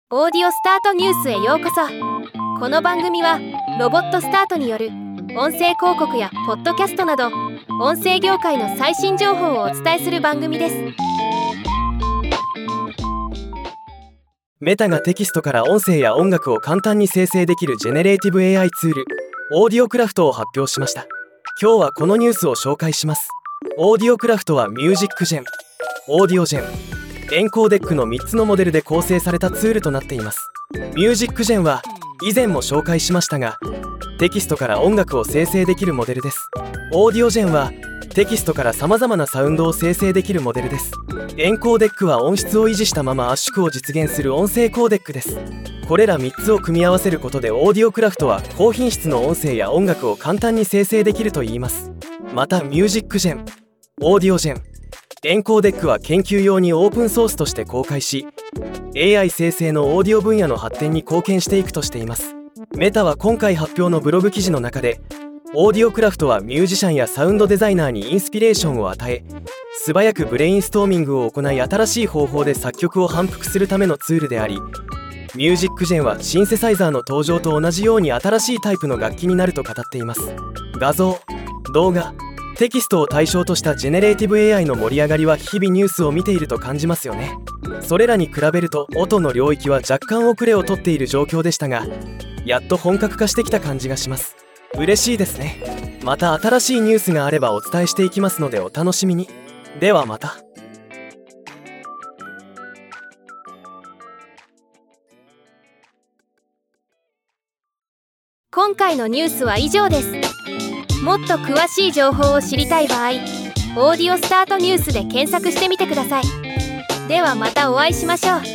オーディオスタートニュースへようこそ。この番組はロボットスタートによる音声広告やポッドキャストなど音声業界の最新情報をお伝えする番組です。 メタがテキストから音声や音楽を簡単に生成できるジェネレーティブ AI ツールオーディオクラフトを発表しました。今日はこのニュースを紹介します。オーディオクラフトはミュージックジェン、オーディオジェン、エンコーデックの3つのモデルで構成されたツールとなっています。ミュージックジェンは以前も紹介しましたが、テキストから音楽を生成できるモデルです。オーディオジェンはテキストから様々なサウンドを生成できるモデルです。エンコーデックは音質を維持したまま圧縮を実現する音声コーデックです。これら3つを組み合わせることでオーディオクラフトは高品質の音声や音楽を簡単に生成できるといいます。またミュージックジェン、オーディオジェン、エンコーデックは研究用にオープンソースとして公開し、 AI 生成のオーディオ分野の発展に貢献していくとしています。メタは今回発表のブログ記事の中で、オーディオクラフトはミュージシャンやサウンドデザイナーにインスピレーションを与え、素早くブレインストーミングを行い新しい方法で作曲を反復するためのツールであり、ミュージックジェンはシンセサイザーの登場と同じように新しいタイプの楽器になると語っています。画像、動画、テキストを対象としたジェネレーティブ AI の盛り上がりは日々ニュースを見ていると感じますよね。それらに比べると音の領域は若干遅れをとっている状況でしたが、やっと本格化してきた感じがします。嬉しいですね。また新しいニュースがあればお伝えしていきますのでお楽しみに。ではまた。 今回のニュースは以上です。もっと詳しい情報を知りたい場合、オーディオスタートニュースで検索してみてください。ではまたお会いしましょう。